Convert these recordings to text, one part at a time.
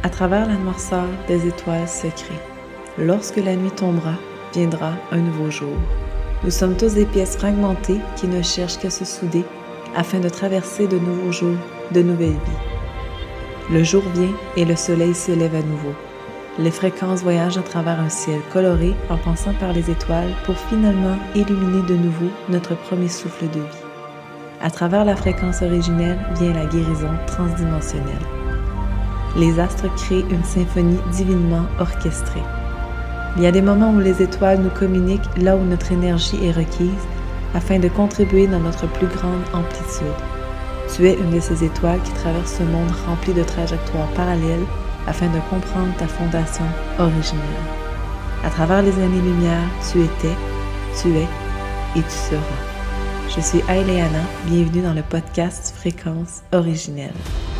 À travers la noirceur des étoiles secrets, lorsque la nuit tombera, viendra un nouveau jour. Nous sommes tous des pièces fragmentées qui ne cherchent qu'à se souder afin de traverser de nouveaux jours, de nouvelles vies. Le jour vient et le soleil se lève à nouveau. Les fréquences voyagent à travers un ciel coloré en passant par les étoiles pour finalement illuminer de nouveau notre premier souffle de vie. À travers la fréquence originelle vient la guérison transdimensionnelle. Les astres créent une symphonie divinement orchestrée. Il y a des moments où les étoiles nous communiquent là où notre énergie est requise afin de contribuer dans notre plus grande amplitude. Tu es une de ces étoiles qui traverse ce monde rempli de trajectoires parallèles afin de comprendre ta fondation originelle. À travers les années-lumière, tu étais, tu es et tu seras. Je suis Aileana, bienvenue dans le podcast Fréquence originelle.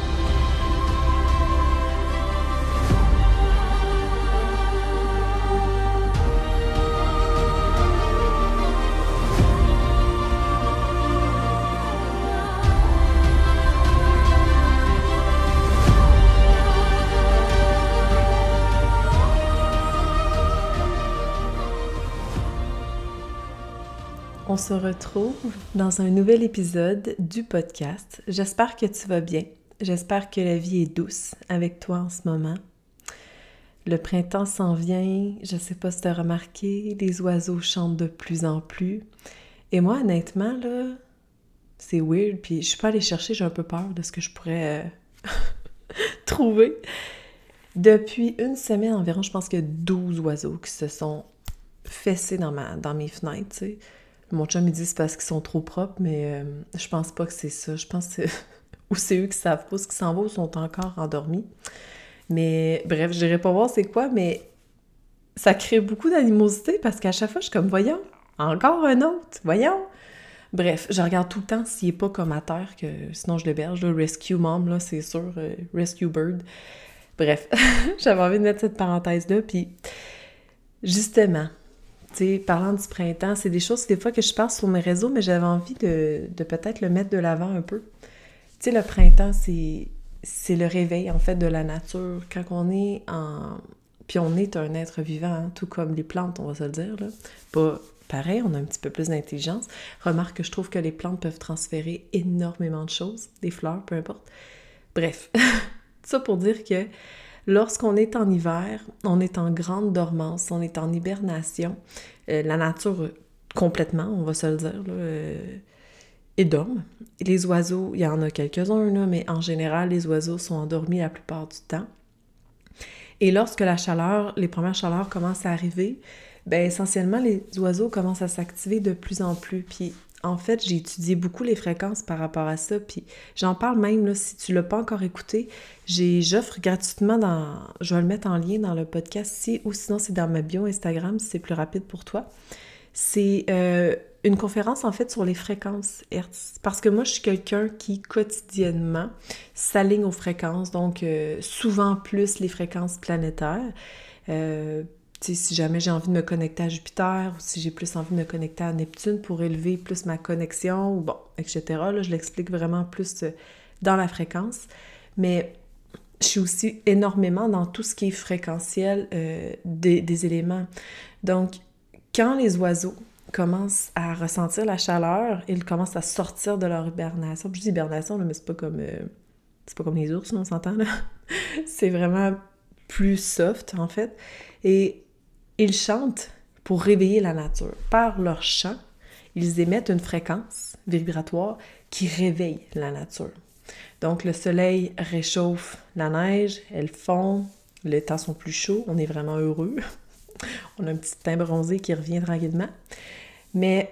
On se retrouve dans un nouvel épisode du podcast. J'espère que tu vas bien. J'espère que la vie est douce avec toi en ce moment. Le printemps s'en vient. Je sais pas si tu as remarqué, les oiseaux chantent de plus en plus. Et moi, honnêtement, là, c'est weird. Puis je suis pas allée chercher, j'ai un peu peur de ce que je pourrais trouver. Depuis une semaine environ, je pense qu'il y a 12 oiseaux qui se sont fessés dans mes fenêtres, tu sais. Mon chum, il dit c'est parce qu'ils sont trop propres, mais je pense pas que c'est ça. Je pense que ou c'est eux qui savent pas ce qui s'en va ou sont encore endormis. Mais bref, je dirais pas voir c'est quoi, mais ça crée beaucoup d'animosité parce qu'à chaque fois, je suis comme, voyons, encore un autre, voyons. Bref, je regarde tout le temps s'il est pas comme à terre, que sinon je l'héberge. Là, Rescue Mom, là, c'est sûr, Rescue Bird. Bref, j'avais envie de mettre cette parenthèse-là, puis justement... Tu sais, parlant du printemps, c'est des choses des fois que je parle sur mes réseaux, mais j'avais envie de peut-être le mettre de l'avant un peu. Tu sais, le printemps, c'est le réveil, en fait, de la nature. Quand on est en... Puis on est un être vivant, hein, tout comme les plantes, on va se le dire, là. Pas pareil, on a un petit peu plus d'intelligence. Remarque que je trouve que les plantes peuvent transférer énormément de choses, des fleurs, peu importe. Bref, ça pour dire que lorsqu'on est en hiver, on est en grande dormance, on est en hibernation. La nature, complètement, on va se le dire, là, et dorme. Les oiseaux, il y en a quelques-uns, là, mais en général, les oiseaux sont endormis la plupart du temps. Et lorsque les premières chaleurs commencent à arriver, bien, essentiellement, les oiseaux commencent à s'activer de plus en plus. Puis, en fait, j'ai étudié beaucoup les fréquences par rapport à ça, puis j'en parle même, là, si tu l'as pas encore écouté, j'offre gratuitement je vais le mettre en lien dans le podcast ici, ou sinon c'est dans ma bio Instagram, si c'est plus rapide pour toi. C'est une conférence, en fait, sur les fréquences Hertz, parce que moi, je suis quelqu'un qui, quotidiennement, s'aligne aux fréquences, donc souvent plus les fréquences planétaires, si jamais j'ai envie de me connecter à Jupiter ou si j'ai plus envie de me connecter à Neptune pour élever plus ma connexion, ou bon, etc. Là, je l'explique vraiment plus dans la fréquence. Mais je suis aussi énormément dans tout ce qui est fréquentiel des éléments. Donc, quand les oiseaux commencent à ressentir la chaleur, ils commencent à sortir de leur hibernation. Je dis hibernation, là, mais c'est pas comme les ours, on s'entend, là. C'est vraiment plus soft, en fait. Et ils chantent pour réveiller la nature. Par leur chant, ils émettent une fréquence vibratoire qui réveille la nature. Donc, le soleil réchauffe la neige, elle fond, les temps sont plus chauds, on est vraiment heureux. On a un petit teint bronzé qui revient tranquillement. Mais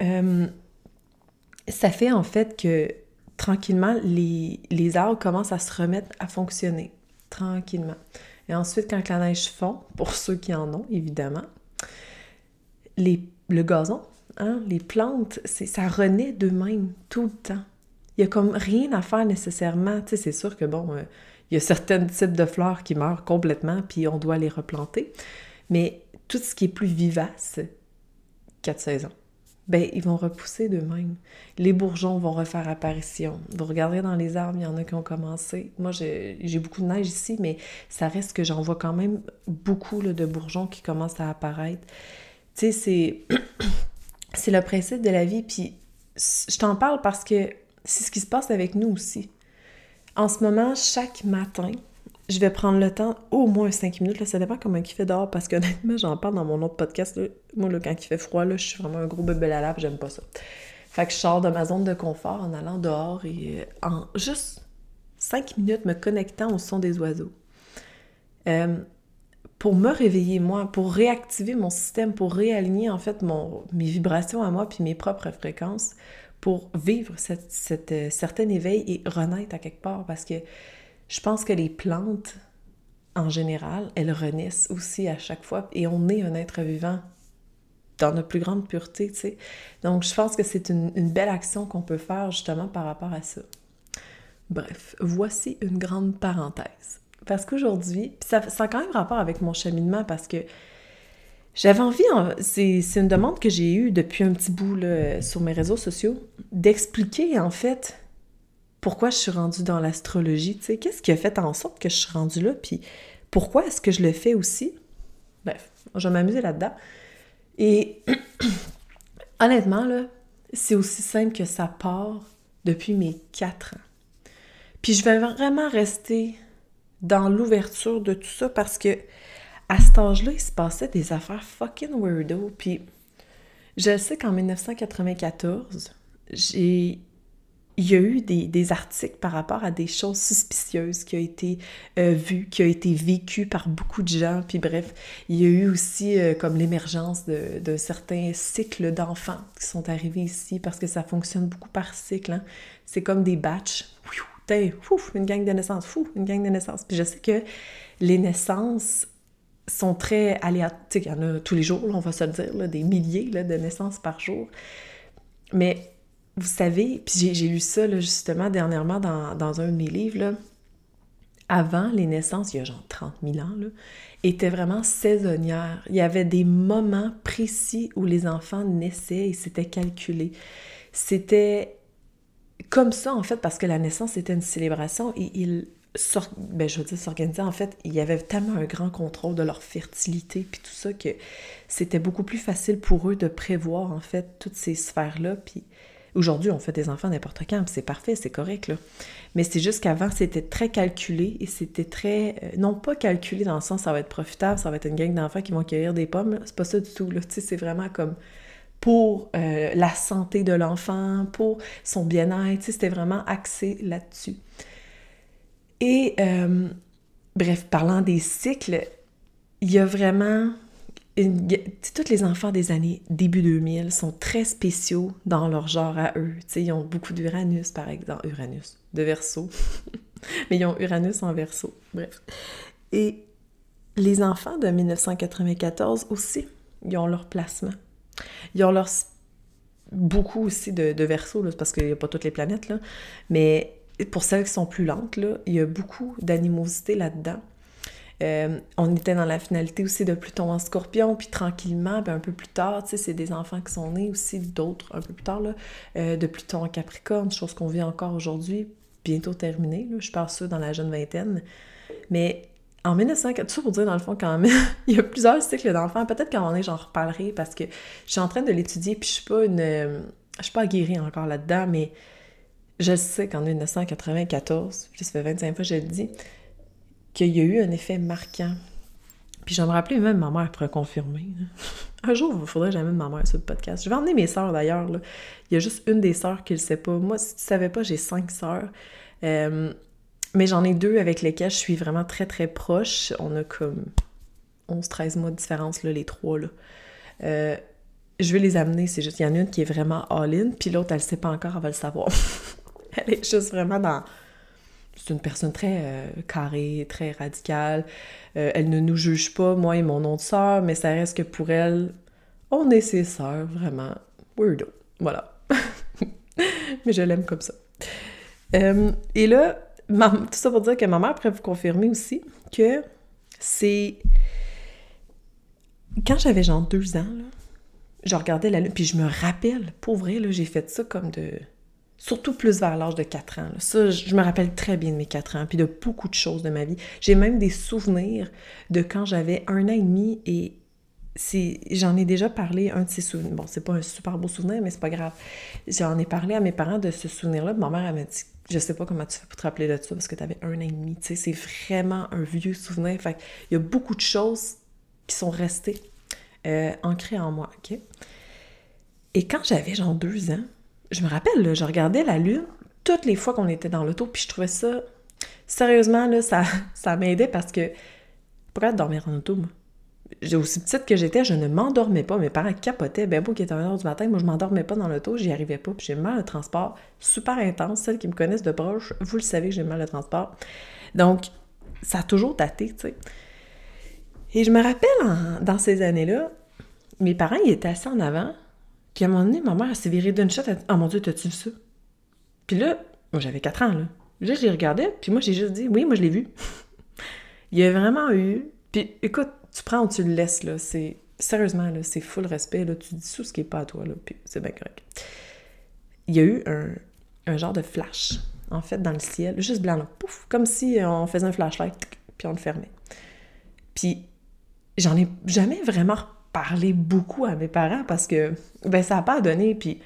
ça fait en fait que tranquillement, les arbres commencent à se remettre à fonctionner. Tranquillement. Et ensuite, quand la neige fond, pour ceux qui en ont, évidemment, le gazon, hein, les plantes, ça renaît d'eux-mêmes tout le temps. Il n'y a comme rien à faire nécessairement. Tu sais, c'est sûr que, bon, il y a certains types de fleurs qui meurent complètement, puis on doit les replanter. Mais tout ce qui est plus vivace, 4 saisons. ben ils vont repousser d'eux-mêmes. Les bourgeons vont refaire apparition. Vous regarderez dans les arbres, il y en a qui ont commencé. Moi, j'ai beaucoup de neige ici, mais ça reste que j'en vois quand même beaucoup là, de bourgeons qui commencent à apparaître. Tu sais, c'est le principe de la vie, puis je t'en parle parce que c'est ce qui se passe avec nous aussi. En ce moment, chaque matin, je vais prendre le temps, au moins 5 minutes, là, ça dépend comment il fait dehors, parce qu'honnêtement, j'en parle dans mon autre podcast, là. Moi, là, quand il fait froid, là, je suis vraiment un gros bébé à la j'aime pas ça. Fait que je sors de ma zone de confort en allant dehors et en juste 5 minutes me connectant au son des oiseaux. Pour me réveiller moi, pour réactiver mon système, pour réaligner en fait mes vibrations à moi puis mes propres fréquences, pour vivre cette certain éveil et renaître à quelque part, parce que je pense que les plantes, en général, elles renaissent aussi à chaque fois, et on est un être vivant dans notre plus grande pureté, tu sais. Donc, je pense que c'est une belle action qu'on peut faire justement par rapport à ça. Bref, voici une grande parenthèse. Parce qu'aujourd'hui, ça a quand même rapport avec mon cheminement, parce que j'avais envie, c'est une demande que j'ai eue depuis un petit bout là, sur mes réseaux sociaux, d'expliquer en fait pourquoi je suis rendue dans l'astrologie, tu sais, qu'est-ce qui a fait en sorte que je suis rendue là, puis pourquoi est-ce que je le fais aussi. Bref, je vais m'amuser là-dedans. Et honnêtement, là, c'est aussi simple que ça part depuis mes 4 ans. Puis je vais vraiment rester dans l'ouverture de tout ça parce que à cet âge-là, il se passait des affaires fucking weirdo. Puis je sais qu'en 1994, il y a eu des articles par rapport à des choses suspicieuses qui ont été vues, qui ont été vécues par beaucoup de gens. Puis bref, il y a eu aussi comme l'émergence de certains cycles d'enfants qui sont arrivés ici parce que ça fonctionne beaucoup par cycle. Hein. C'est comme des batchs. Une gang de naissances. Une gang de naissances. Puis je sais que les naissances sont très aléatoires. Tu sais, il y en a tous les jours, là, on va se le dire, là, des milliers là, de naissances par jour. Mais vous savez, puis j'ai lu ça là, justement dernièrement dans un de mes livres, là, avant les naissances, il y a genre 30 000 ans, là, étaient vraiment saisonnières. Il y avait des moments précis où les enfants naissaient et c'était calculé. C'était comme ça, en fait, parce que la naissance était une célébration et ils s'organisaient, en fait, il y avait tellement un grand contrôle de leur fertilité puis tout ça que c'était beaucoup plus facile pour eux de prévoir, en fait, toutes ces sphères-là, puis aujourd'hui, on fait des enfants n'importe quand, puis c'est parfait, c'est correct, là. Mais c'est juste qu'avant, c'était très calculé et c'était très... non pas calculé dans le sens ça va être profitable, ça va être une gang d'enfants qui vont cueillir des pommes, là. C'est pas ça du tout, là. Tu sais, c'est vraiment comme pour la santé de l'enfant, pour son bien-être, tu sais, c'était vraiment axé là-dessus. Et, bref, parlant des cycles, il y a vraiment... tous les enfants des années début 2000 sont très spéciaux dans leur genre à eux. T'sais, ils ont beaucoup d'Uranus, par exemple. Uranus, de Verseau. Mais ils ont Uranus en Verseau. Bref. Et les enfants de 1994 aussi, ils ont leur placement. Ils ont leur... beaucoup aussi de Verseau, là, parce qu'il n'y a pas toutes les planètes, là. Mais pour celles qui sont plus lentes, là, il y a beaucoup d'animosité là-dedans. On était dans la finalité aussi de Pluton en Scorpion, puis tranquillement, puis un peu plus tard, tu sais, c'est des enfants qui sont nés aussi, d'autres un peu plus tard, là, de Pluton en Capricorne, chose qu'on vit encore aujourd'hui, bientôt terminée, là, je parle ça dans la jeune vingtaine. Mais en 1904, tout ça pour dire, dans le fond, quand même, il y a plusieurs cycles d'enfants, peut-être qu'à un moment donné, j'en reparlerai, parce que je suis en train de l'étudier, puis je suis pas aguerrie encore là-dedans, mais je sais qu'en 1994, puis ça fait 25 fois que je le dis, qu'il y a eu un effet marquant. Puis je vais me rappeler, même ma mère pourrait confirmer. Un jour, il faudrait que j'amène ma mère sur le podcast. Je vais emmener mes sœurs d'ailleurs. Là. Il y a juste une des sœurs qui le sait pas. Moi, si tu savais pas, j'ai 5 sœurs. Mais j'en ai 2 avec lesquelles je suis vraiment très très proche. On a comme 11-13 mois de différence, là, les 3. Là. Je vais les amener, c'est juste, il y en a une qui est vraiment all-in, puis l'autre, elle sait pas encore, elle va le savoir. Elle est juste vraiment dans... C'est une personne très carrée, très radicale. Elle ne nous juge pas, moi et mon autre sœur, mais ça reste que pour elle, on est ses sœurs, vraiment. Weirdo. Voilà. Mais je l'aime comme ça. Et là, tout ça pour dire que ma mère pourrait vous confirmer aussi que c'est... Quand j'avais genre 2 ans, là, je regardais la lune, puis je me rappelle, pour vrai, là, j'ai fait ça comme de... Surtout plus vers l'âge de 4 ans. Là. Ça, je me rappelle très bien de mes 4 ans, puis de beaucoup de choses de ma vie. J'ai même des souvenirs de quand j'avais 1 an et demi, et j'en ai déjà parlé, un de ces souvenirs. Bon, c'est pas un super beau souvenir, mais c'est pas grave. J'en ai parlé à mes parents de ce souvenir-là, ma mère, elle m'a dit, je sais pas comment tu fais pour te rappeler de ça, parce que t'avais 1 an et demi, tu sais, c'est vraiment un vieux souvenir. Fait il y a beaucoup de choses qui sont restées ancrées en moi, OK? Et quand j'avais genre 2 ans, je me rappelle, là, je regardais la lune toutes les fois qu'on était dans l'auto, puis je trouvais ça... Sérieusement, là, ça m'aidait parce que... Pas capable de dormir en auto, moi. Aussi petite que j'étais, je ne m'endormais pas. Mes parents capotaient, ben beau qu'il était 1h du matin, moi je m'endormais pas dans l'auto, j'y arrivais pas, puis j'ai mal au transport super intense. Celles qui me connaissent de proche, vous le savez que j'ai mal au transport. Donc, ça a toujours daté, tu sais. Et je me rappelle, dans ces années-là, mes parents, ils étaient assis en avant, puis à un moment donné, ma mère, elle s'est virée d'une shot, elle a dit « Oh mon Dieu, t'as-tu vu ça? » Puis là, moi j'avais 4 ans, là. Là, je les regardais, puis moi j'ai juste dit « Oui, moi je l'ai vu. » Il y a vraiment eu... Puis écoute, tu prends ou tu le laisses, là, c'est... Sérieusement, là, c'est full respect, là, tu dis tout ce qui est pas à toi, là, puis c'est bien correct. Il y a eu un genre de flash, en fait, dans le ciel, juste blanc, là, pouf, comme si on faisait un flashlight, puis on le fermait. Puis j'en ai jamais vraiment parlé beaucoup à mes parents, parce que, ben, ça n'a pas donné, puis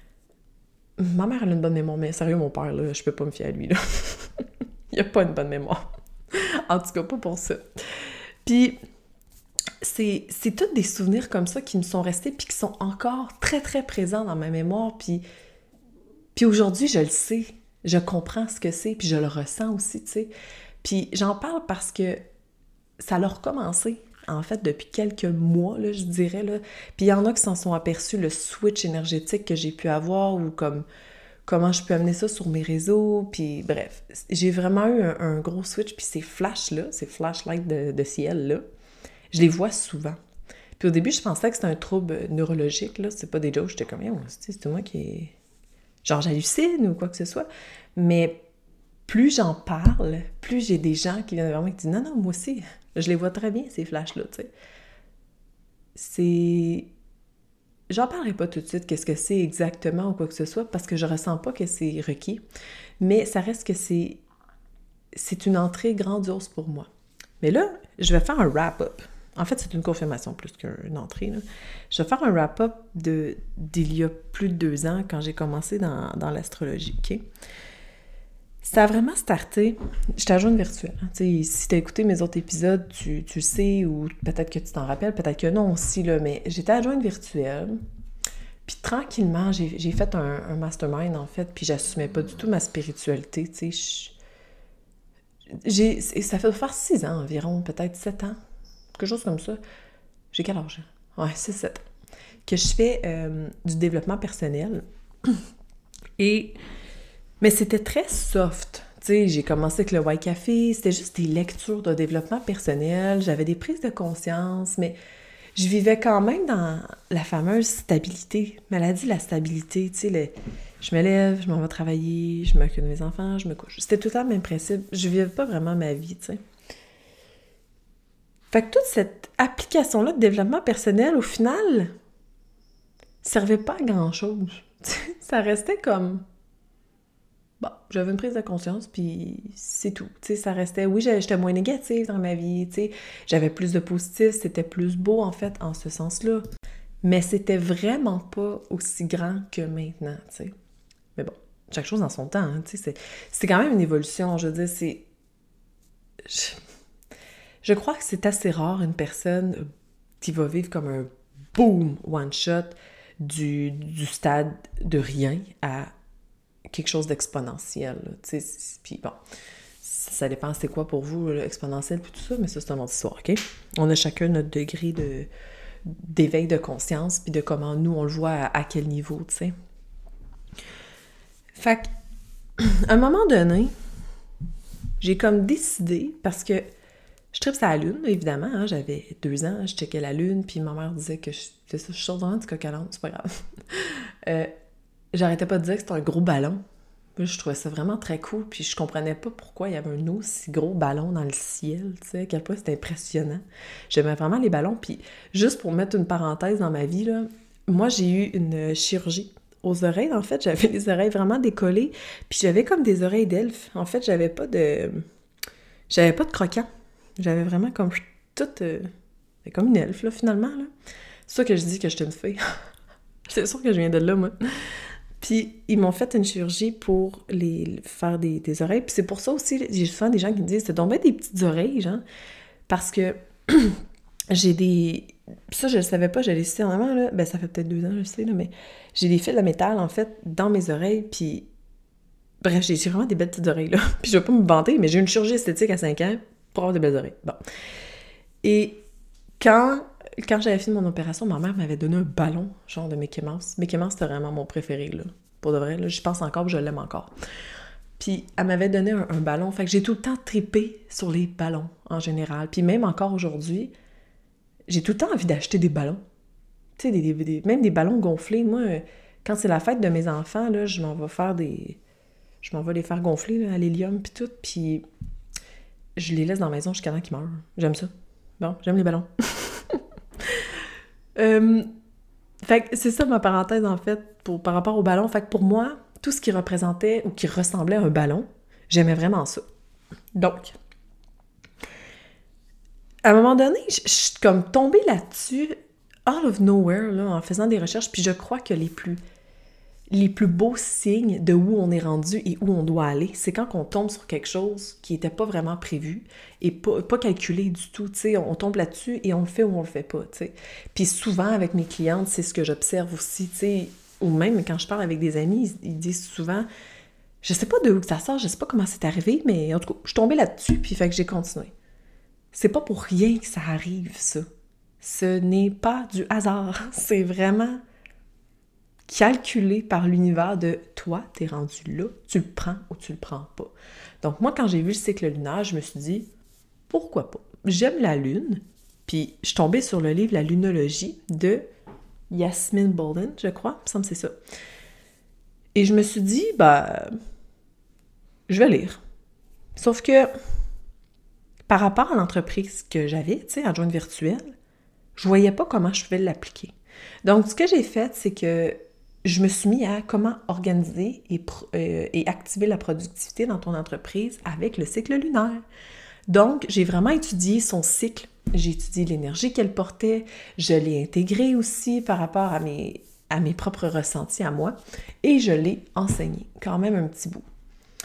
ma mère, elle a une bonne mémoire, mais sérieux, mon père, là, je peux pas me fier à lui, là. Il a pas une bonne mémoire. En tout cas, pas pour ça. Puis, c'est tous des souvenirs comme ça qui me sont restés puis qui sont encore très, très présents dans ma mémoire. Puis aujourd'hui, je le sais. Je comprends ce que c'est, puis je le ressens aussi, tu sais. Puis j'en parle parce que ça a recommencé, en fait, depuis quelques mois, là, je dirais, là. Puis il y en a qui s'en sont aperçus, le switch énergétique que j'ai pu avoir ou comme... comment je peux amener ça sur mes réseaux, puis bref. J'ai vraiment eu un gros switch, puis ces flashs-là, ces flashlights de ciel-là, je les vois souvent. Puis au début, je pensais que c'était un trouble neurologique, là, c'est pas des jokes, j'étais comme, c'est moi qui est... genre, j'hallucine ou quoi que ce soit. Mais plus j'en parle, plus j'ai des gens qui viennent vers moi et qui disent, non, moi aussi, je les vois très bien, ces flashs-là, tu sais. C'est... J'en parlerai pas tout de suite qu'est-ce que c'est exactement ou quoi que ce soit parce que je ressens pas que c'est requis, mais ça reste que c'est une entrée grandiose pour moi. Mais là, je vais faire un wrap-up. En fait, c'est une confirmation plus qu'une entrée, là. Je vais faire un wrap-up d'il y a plus de 2 ans quand j'ai commencé dans l'astrologie, OK? Ça a vraiment starté... J'étais adjointe virtuelle. Hein. Si tu as écouté mes autres épisodes, tu sais, ou peut-être que tu t'en rappelles, peut-être que non aussi, là, mais j'étais adjointe virtuelle. Puis tranquillement, j'ai fait un mastermind, en fait, puis j'assumais pas du tout ma spiritualité, tu sais. Ça fait faire 6 ans environ, peut-être 7 ans, quelque chose comme ça. J'ai quel âge? Ouais, c'est 7 ans. Que je fais du développement personnel. Mais c'était très soft. Tu sais, j'ai commencé avec le White Café, c'était juste des lectures de développement personnel, j'avais des prises de conscience, mais je vivais quand même dans la fameuse stabilité. Maladie, la stabilité, tu sais, je me lève, je m'en vais travailler, je m'occupe de mes enfants, je me couche. C'était tout le temps le même principe. Je vivais pas vraiment ma vie, tu sais. Fait que toute cette application-là de développement personnel, au final, servait pas à grand-chose. Ça restait comme... Bon, j'avais une prise de conscience, puis c'est tout. Tu sais, ça restait... Oui, j'étais moins négative dans ma vie, tu sais. J'avais plus de positif, c'était plus beau, en fait, en ce sens-là. Mais c'était vraiment pas aussi grand que maintenant, tu sais. Mais bon, chaque chose dans son temps, hein, tu sais. C'est quand même une évolution, je veux dire, c'est... Je crois que c'est assez rare une personne qui va vivre comme un boom, one-shot, du stade de rien à quelque chose d'exponentiel, tu sais. Puis bon, ça dépend c'est quoi pour vous, l'exponentiel puis tout ça, mais ça, c'est une autre histoire, OK? On a chacun notre degré d'éveil de conscience puis de comment nous, on le voit à quel niveau, tu sais. Fait qu'à un moment donné, j'ai comme décidé, parce que je tripe sur la lune, évidemment, hein, j'avais 2 ans, je checkais la lune, puis ma mère disait que je sors vraiment du coq à l'âne, c'est pas grave. J'arrêtais pas de dire que c'était un gros ballon. Moi, je trouvais ça vraiment très cool, puis je comprenais pas pourquoi il y avait un aussi gros ballon dans le ciel, tu sais, à quel point c'était impressionnant. J'aimais vraiment les ballons, puis juste pour mettre une parenthèse dans ma vie, là, moi, j'ai eu une chirurgie aux oreilles. En fait, j'avais les oreilles vraiment décollées, puis j'avais comme des oreilles d'elfe. En fait, j'avais pas de croquant. J'avais vraiment comme toute... comme une elfe, là, finalement, là. C'est ça que je dis que j'étais une fille. C'est sûr que je viens de là, moi. Puis, ils m'ont fait une chirurgie pour faire des oreilles. Puis c'est pour ça aussi, j'ai souvent des gens qui me disent « T'as donc bien des petites oreilles, genre. » Parce que j'ai des... Ça, je le savais pas, je l'ai su en avant, là. Ben, ça fait peut-être 2 ans, je sais, là, mais j'ai des fils de métal, en fait, dans mes oreilles, puis... Bref, j'ai vraiment des belles petites oreilles, là. Puis je vais pas me vanter, mais j'ai eu une chirurgie esthétique à 5 ans pour avoir des belles oreilles. Bon. Et quand j'avais fini mon opération, ma mère m'avait donné un ballon, genre de Mickey Mouse. Mickey Mouse, c'était vraiment mon préféré, là. Pour de vrai, là. Je pense encore, je l'aime encore. Puis elle m'avait donné un ballon. Fait que j'ai tout le temps trippé sur les ballons, en général. Puis même encore aujourd'hui, j'ai tout le temps envie d'acheter des ballons. Tu sais, même des ballons gonflés. Moi, quand c'est la fête de mes enfants, là, je m'en vais les faire gonfler, là, à l'hélium, puis tout. Puis je les laisse dans la maison jusqu'à temps qu'ils meurent. J'aime ça. Bon, j'aime les ballons. Fait que c'est ça ma parenthèse, en fait, par rapport au ballon. Fait que pour moi, tout ce qui représentait ou qui ressemblait à un ballon, j'aimais vraiment ça. Donc, à un moment donné, je suis comme tombée là-dessus, out of nowhere, là, en faisant des recherches, puis je crois que les plus beaux signes de où on est rendu et où on doit aller, c'est quand on tombe sur quelque chose qui n'était pas vraiment prévu et pas calculé du tout, tu sais, on tombe là-dessus et on le fait ou on le fait pas, tu sais. Puis souvent, avec mes clientes, c'est ce que j'observe aussi, tu sais, ou même quand je parle avec des amis, ils disent souvent, je sais pas de où ça sort, je sais pas comment c'est arrivé, mais en tout cas, je suis tombée là-dessus, puis fait que j'ai continué. C'est pas pour rien que ça arrive, ça. Ce n'est pas du hasard, c'est vraiment calculé par l'univers de toi, t'es rendu là, tu le prends ou tu le prends pas. Donc moi, quand j'ai vu le cycle lunaire, je me suis dit, pourquoi pas? J'aime la lune, puis je suis tombée sur le livre La lunologie de Yasmin Bolden, je crois, il me semble que c'est ça. Et je me suis dit, je vais lire. Sauf que, par rapport à l'entreprise que j'avais, tu sais, adjointe virtuelle, je voyais pas comment je pouvais l'appliquer. Donc, ce que j'ai fait, c'est que je me suis mis à comment organiser et activer la productivité dans ton entreprise avec le cycle lunaire. Donc, j'ai vraiment étudié son cycle. J'ai étudié l'énergie qu'elle portait. Je l'ai intégrée aussi par rapport à mes propres ressentis à moi. Et je l'ai enseigné quand même un petit bout.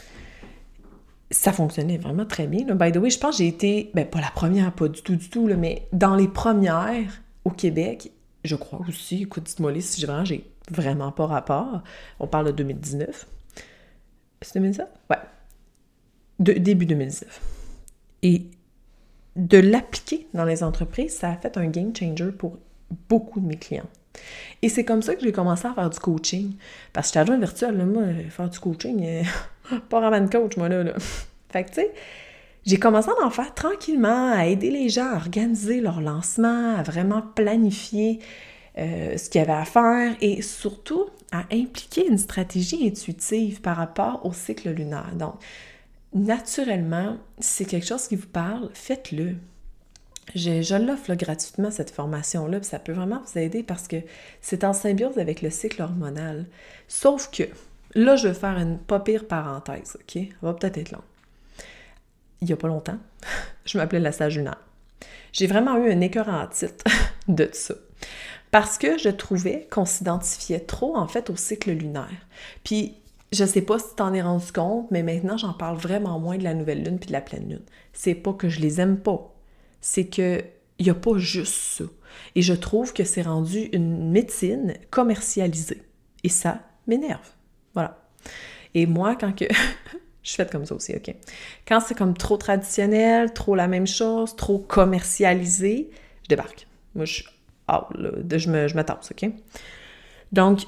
Ça fonctionnait vraiment très bien. Là. By the way, je pense que j'ai été, pas la première, pas du tout, là, mais dans les premières au Québec, je crois aussi, écoute, dites-moi si j'ai vraiment pas rapport. On parle de 2019. C'est 2019? Ouais. Début 2019. Et de l'appliquer dans les entreprises, ça a fait un game changer pour beaucoup de mes clients. Et c'est comme ça que j'ai commencé à faire du coaching. Parce que j'étais adjointe virtuelle, là, moi, faire du coaching, pas vraiment de coach, moi, là. Fait que, tu sais, j'ai commencé à en faire tranquillement, à aider les gens à organiser leur lancement, à vraiment planifier ce qu'il y avait à faire et surtout à impliquer une stratégie intuitive par rapport au cycle lunaire. Donc, naturellement, si c'est quelque chose qui vous parle, faites-le. Je l'offre là, gratuitement, cette formation-là, puis ça peut vraiment vous aider parce que c'est en symbiose avec le cycle hormonal. Sauf que, là, je vais faire une pas pire parenthèse, OK? Elle va peut-être être longue. Il n'y a pas longtemps, je m'appelais la sage lunaire. J'ai vraiment eu un écœurant titre de ça. Parce que je trouvais qu'on s'identifiait trop, en fait, au cycle lunaire. Puis, je sais pas si tu t'en es rendu compte, mais maintenant, j'en parle vraiment moins de la nouvelle lune puis de la pleine lune. C'est pas que je les aime pas. C'est que il n'y a pas juste ça. Et je trouve que c'est rendu une médecine commercialisée. Et ça m'énerve. Voilà. Et moi, quand que... je suis faite comme ça aussi, OK? Quand c'est comme trop traditionnel, trop la même chose, trop commercialisé, je débarque. Moi, je suis out, là. Je me tasse, OK? Donc,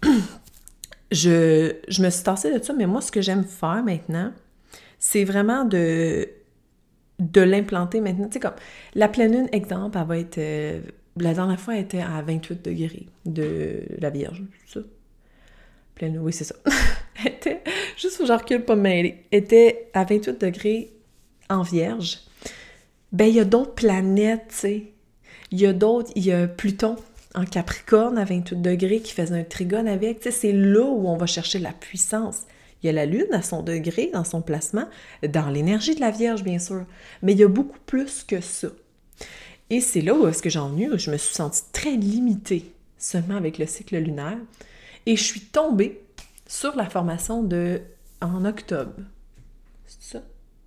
je me suis tassée de ça, mais moi, ce que j'aime faire maintenant, c'est vraiment de l'implanter maintenant. Tu sais, comme la pleine lune, exemple, elle va être... la dernière fois, elle était à 28 degrés de la Vierge, c'est ça? Pleine lune, oui, c'est ça. Elle était... Juste faut que je recule pas me mêler. Elle était à 28 degrés en Vierge. Ben, il y a d'autres planètes, tu sais. Il y a Pluton en Capricorne à 28 degrés qui faisait un trigone avec. Tu sais, c'est là où on va chercher la puissance. Il y a la Lune à son degré, dans son placement, dans l'énergie de la Vierge, bien sûr. Mais il y a beaucoup plus que ça. Et c'est là où est-ce que j'en ai, où je me suis sentie très limitée seulement avec le cycle lunaire. Et je suis tombée sur la formation en octobre. C'est ça?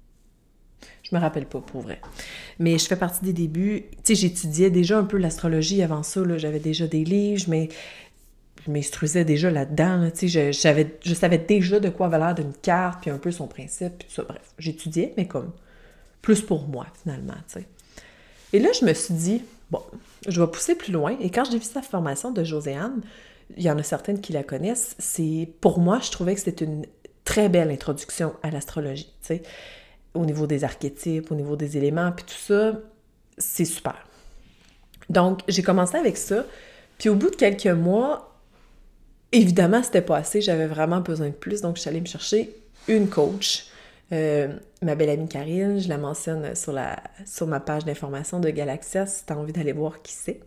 Je me rappelle pas, pour vrai. Mais je fais partie des débuts. Tu sais, j'étudiais déjà un peu l'astrologie avant ça. Là. J'avais déjà des livres, je m'instruisais déjà là-dedans. Là. Tu sais, je savais déjà de quoi avait l'air d'une carte, puis un peu son principe, puis tout ça. Bref, j'étudiais, mais comme plus pour moi, finalement, tu sais. Et là, je me suis dit, bon, je vais pousser plus loin. Et quand j'ai vu sa formation de Joséanne, il y en a certaines qui la connaissent, pour moi, je trouvais que c'était une très belle introduction à l'astrologie, tu sais. Au niveau des archétypes, au niveau des éléments, puis tout ça, c'est super. Donc, j'ai commencé avec ça, puis au bout de quelques mois, évidemment, c'était pas assez, j'avais vraiment besoin de plus, donc je suis allée me chercher une coach, ma belle amie Karine, je la mentionne sur ma page d'information de Galaxia, si tu as envie d'aller voir qui c'est.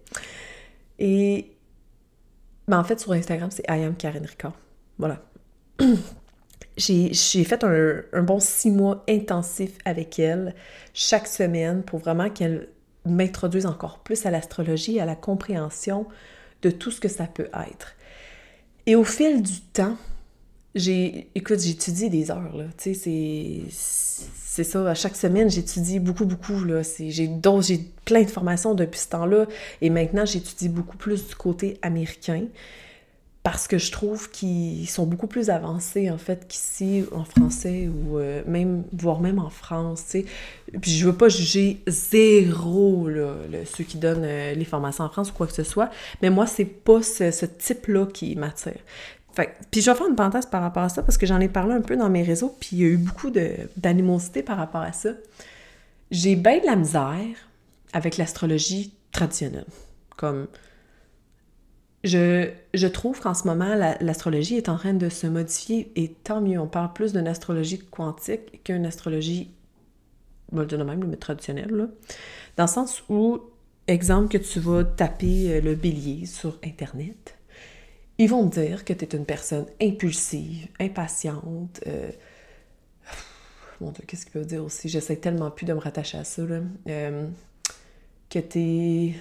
Et, en fait, sur Instagram, c'est I am Karine Ricard. Voilà. J'ai fait un bon 6 mois intensif avec elle, chaque semaine, pour vraiment qu'elle m'introduise encore plus à l'astrologie, à la compréhension de tout ce que ça peut être. Et au fil du temps, j'ai étudié des heures, là, tu sais, c'est ça, à chaque semaine, j'étudie beaucoup, là, j'ai plein de formations depuis ce temps-là, et maintenant, j'étudie beaucoup plus du côté américain, parce que je trouve qu'ils sont beaucoup plus avancés, en fait, qu'ici, en français, ou voire même en France, tu sais. Puis je veux pas juger zéro, là, ceux qui donnent les formations en France ou quoi que ce soit, mais moi, c'est pas ce type-là qui m'attire. Puis je vais faire une parenthèse par rapport à ça, parce que j'en ai parlé un peu dans mes réseaux, puis il y a eu beaucoup d'animosité par rapport à ça. J'ai bien de la misère avec l'astrologie traditionnelle, comme... Je trouve qu'en ce moment, l'astrologie est en train de se modifier, et tant mieux, on parle plus d'une astrologie quantique qu'une astrologie, bon, de même, mais traditionnelle, là. Dans le sens où, exemple, que tu vas taper le bélier sur Internet, ils vont te dire que tu es une personne impulsive, impatiente, mon Dieu, qu'est-ce qu'ils peuvent dire aussi? J'essaie tellement plus de me rattacher à ça, là. Que tu es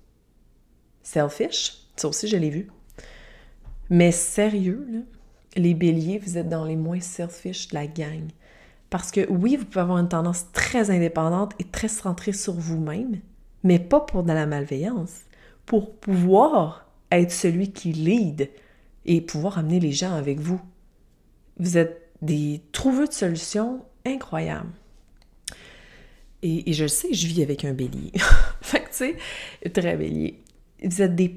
selfish. Ça aussi, je l'ai vu. Mais sérieux, là, les béliers, vous êtes dans les moins selfish de la gang. Parce que oui, vous pouvez avoir une tendance très indépendante et très centrée sur vous-même, mais pas pour de la malveillance. Pour pouvoir être celui qui lead et pouvoir amener les gens avec vous. Vous êtes des trouveux de solutions incroyables. Et je le sais, je vis avec un bélier. Fait que, tu sais, très bélier. Vous êtes des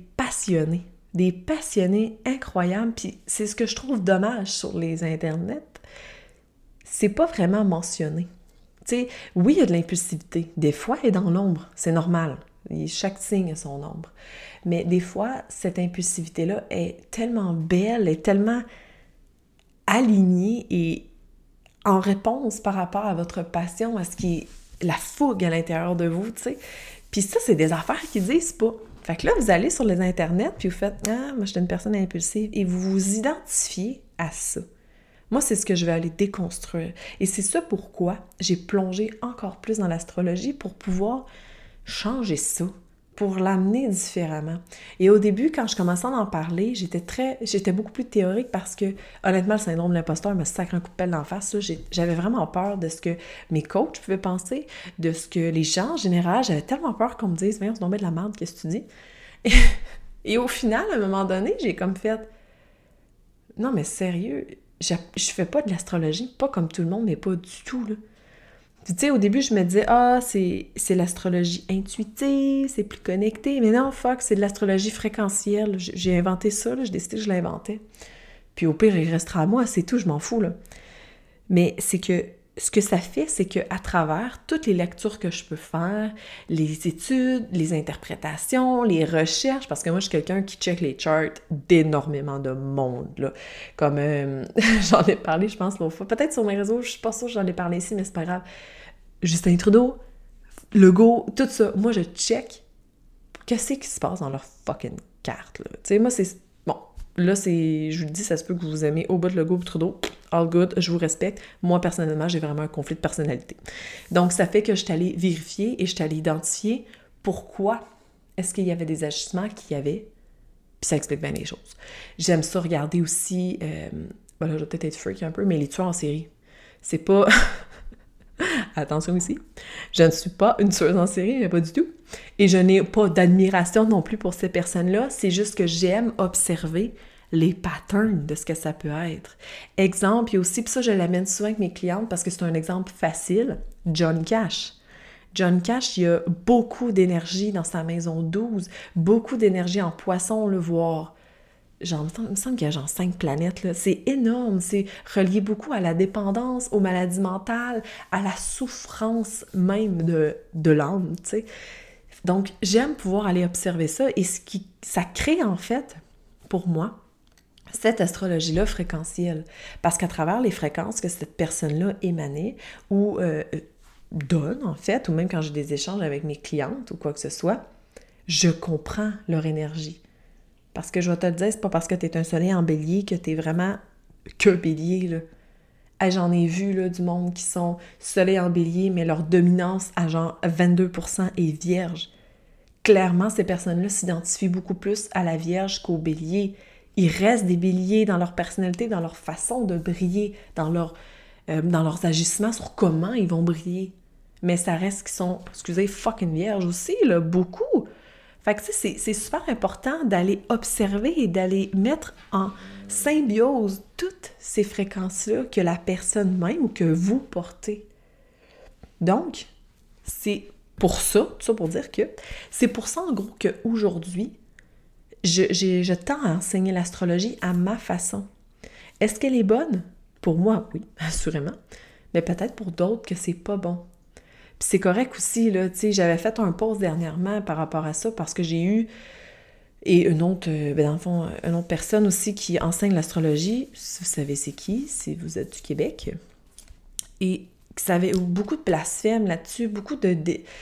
passionnés incroyables, puis c'est ce que je trouve dommage sur les internets, c'est pas vraiment mentionné. Tu sais, oui, il y a de l'impulsivité, des fois, elle est dans l'ombre, c'est normal, chaque signe a son ombre, mais des fois, cette impulsivité-là est tellement belle, est tellement alignée et en réponse par rapport à votre passion, à ce qui est la fougue à l'intérieur de vous, tu sais, puis ça, c'est des affaires qu'ils disent pas. Fait que là, vous allez sur les internets, puis vous faites « Ah, moi, je suis une personne impulsive », et vous vous identifiez à ça. Moi, c'est ce que je vais aller déconstruire. Et c'est ça pourquoi j'ai plongé encore plus dans l'astrologie, pour pouvoir changer ça, pour l'amener différemment. Et au début, quand je commençais à en parler, j'étais beaucoup plus théorique, parce que, honnêtement, le syndrome de l'imposteur me sacre un coup de pelle d'en face. Là, j'avais vraiment peur de ce que mes coachs pouvaient penser, de ce que les gens, en général, j'avais tellement peur qu'on me dise « Voyons, c'est tombé de la merde, qu'est-ce que tu dis? » Et au final, à un moment donné, j'ai comme fait « Non, mais sérieux, je fais pas de l'astrologie, pas comme tout le monde, mais pas du tout, là. » Tu sais, au début, je me disais, c'est l'astrologie intuitive, c'est plus connecté. Mais non, fuck, c'est de l'astrologie fréquentielle. J'ai inventé ça, là, j'ai décidé que je l'inventais. Puis au pire, il restera à moi, c'est tout, je m'en fous, là. Mais c'est que ce que ça fait, c'est qu'à travers toutes les lectures que je peux faire, les études, les interprétations, les recherches, parce que moi, je suis quelqu'un qui check les charts d'énormément de monde, là. Comme, j'en ai parlé, je pense, l'autre fois. Peut-être sur mes réseaux, je suis pas sûre que j'en ai parlé ici, mais c'est pas grave. Justin Trudeau, Legault, tout ça. Moi, je check qu'est-ce qui se passe dans leur fucking carte, là. Tu sais, moi, c'est... Bon, là, c'est... Je vous le dis, ça se peut que vous aimez au bout de Legault Trudeau. All good, je vous respecte. Moi, personnellement, j'ai vraiment un conflit de personnalité. Donc, ça fait que je suis allée vérifier et je suis allée identifier pourquoi est-ce qu'il y avait des ajustements qu'il y avait. Puis ça explique bien les choses. J'aime ça regarder aussi... ben là, je vais peut-être être freak un peu, mais les tueurs en série. C'est pas... Attention ici, je ne suis pas une tueuse en série, mais pas du tout. Et je n'ai pas d'admiration non plus pour ces personnes-là. C'est juste que j'aime observer les patterns de ce que ça peut être. Exemple, il y a aussi, puis ça je l'amène souvent avec mes clientes parce que c'est un exemple facile, John Cash. John Cash, il y a beaucoup d'énergie dans sa maison 12, beaucoup d'énergie en poisson, le voir. Genre, il me semble qu'il y a genre 5 planètes, là. C'est énorme, c'est relié beaucoup à la dépendance, aux maladies mentales, à la souffrance même de l'âme, tu sais. Donc, j'aime pouvoir aller observer ça et ça crée en fait, pour moi, cette astrologie-là fréquentielle. Parce qu'à travers les fréquences que cette personne-là émanait ou donne, en fait, ou même quand j'ai des échanges avec mes clientes ou quoi que ce soit, je comprends leur énergie. Parce que je vais te le dire, c'est pas parce que t'es un soleil en bélier que t'es vraiment que bélier, là. Hey, j'en ai vu, là, du monde qui sont soleil en bélier, mais leur dominance à genre 22% est vierge. Clairement, ces personnes-là s'identifient beaucoup plus à la vierge qu'au bélier. Ils restent des béliers dans leur personnalité, dans leur façon de briller, dans leurs agissements sur comment ils vont briller. Mais ça reste qu'ils sont, excusez, fucking vierges aussi, là, beaucoup. Fait que, tu sais, c'est super important d'aller observer et d'aller mettre en symbiose toutes ces fréquences-là que la personne même ou que vous portez. Donc, c'est pour ça, tout ça pour dire que, c'est pour ça en gros qu'aujourd'hui, je tends à enseigner l'astrologie à ma façon. Est-ce qu'elle est bonne? Pour moi, oui, assurément. Mais peut-être pour d'autres que c'est pas bon. Puis c'est correct aussi, là, tu sais, j'avais fait un post dernièrement par rapport à ça parce que j'ai eu, et une autre, dans le fond, une autre personne aussi qui enseigne l'astrologie, vous savez c'est qui, si vous êtes du Québec, et ça avait beaucoup de blasphèmes là-dessus, beaucoup en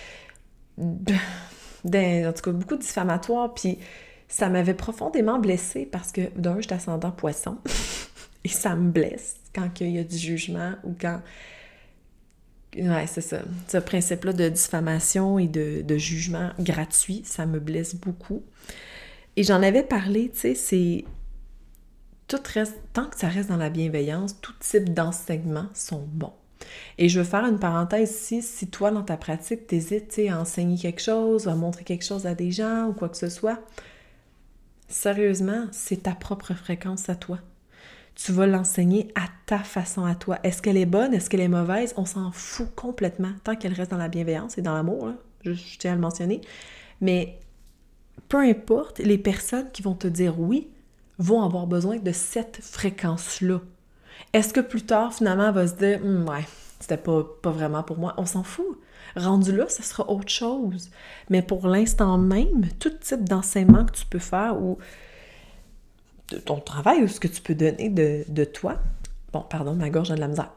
tout cas, beaucoup de diffamatoires, puis ça m'avait profondément blessée parce que, d'un, j'étais ascendant poisson, et ça me blesse quand il y a du jugement ou quand... Ouais, c'est ça. Ce principe-là de diffamation et de jugement gratuit, ça me blesse beaucoup. Et j'en avais parlé, tu sais, c'est... Tout reste... Tant que ça reste dans la bienveillance, tout type d'enseignements sont bons. Et je veux faire une parenthèse ici, si toi, dans ta pratique, t'hésites, tu sais, à enseigner quelque chose, à montrer quelque chose à des gens ou quoi que ce soit, sérieusement, c'est ta propre fréquence à toi. Tu vas l'enseigner à ta façon à toi. Est-ce qu'elle est bonne? Est-ce qu'elle est mauvaise? On s'en fout complètement, tant qu'elle reste dans la bienveillance et dans l'amour, là. Je tiens à le mentionner. Mais peu importe, les personnes qui vont te dire oui vont avoir besoin de cette fréquence-là. Est-ce que plus tard, finalement, elle va se dire « ouais, c'était pas vraiment pour moi », on s'en fout. Rendu là, ça sera autre chose. Mais pour l'instant même, tout type d'enseignement que tu peux faire ou de ton travail ou ce que tu peux donner de toi. Bon, pardon, ma gorge a de la misère.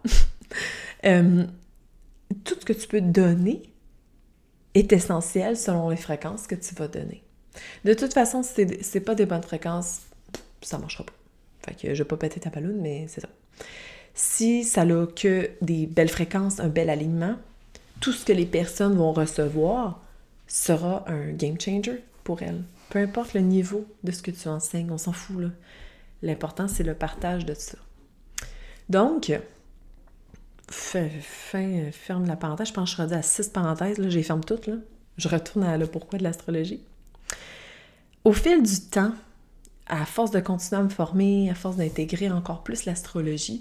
Tout ce que tu peux donner est essentiel selon les fréquences que tu vas donner. De toute façon, si c'est pas des bonnes fréquences, ça marchera pas. Fait que je vais pas péter ta balloune, mais c'est ça. Si ça n'a que des belles fréquences, un bel alignement, tout ce que les personnes vont recevoir sera un game changer pour elles. Peu importe le niveau de ce que tu enseignes, on s'en fout, là. L'important, c'est le partage de ça. Donc, ferme la parenthèse. Je pense que je suis rendue à 6 parenthèses. Là, j'ai ferme toutes. Là. Je retourne à le pourquoi de l'astrologie. Au fil du temps, à force de continuer à me former, à force d'intégrer encore plus l'astrologie,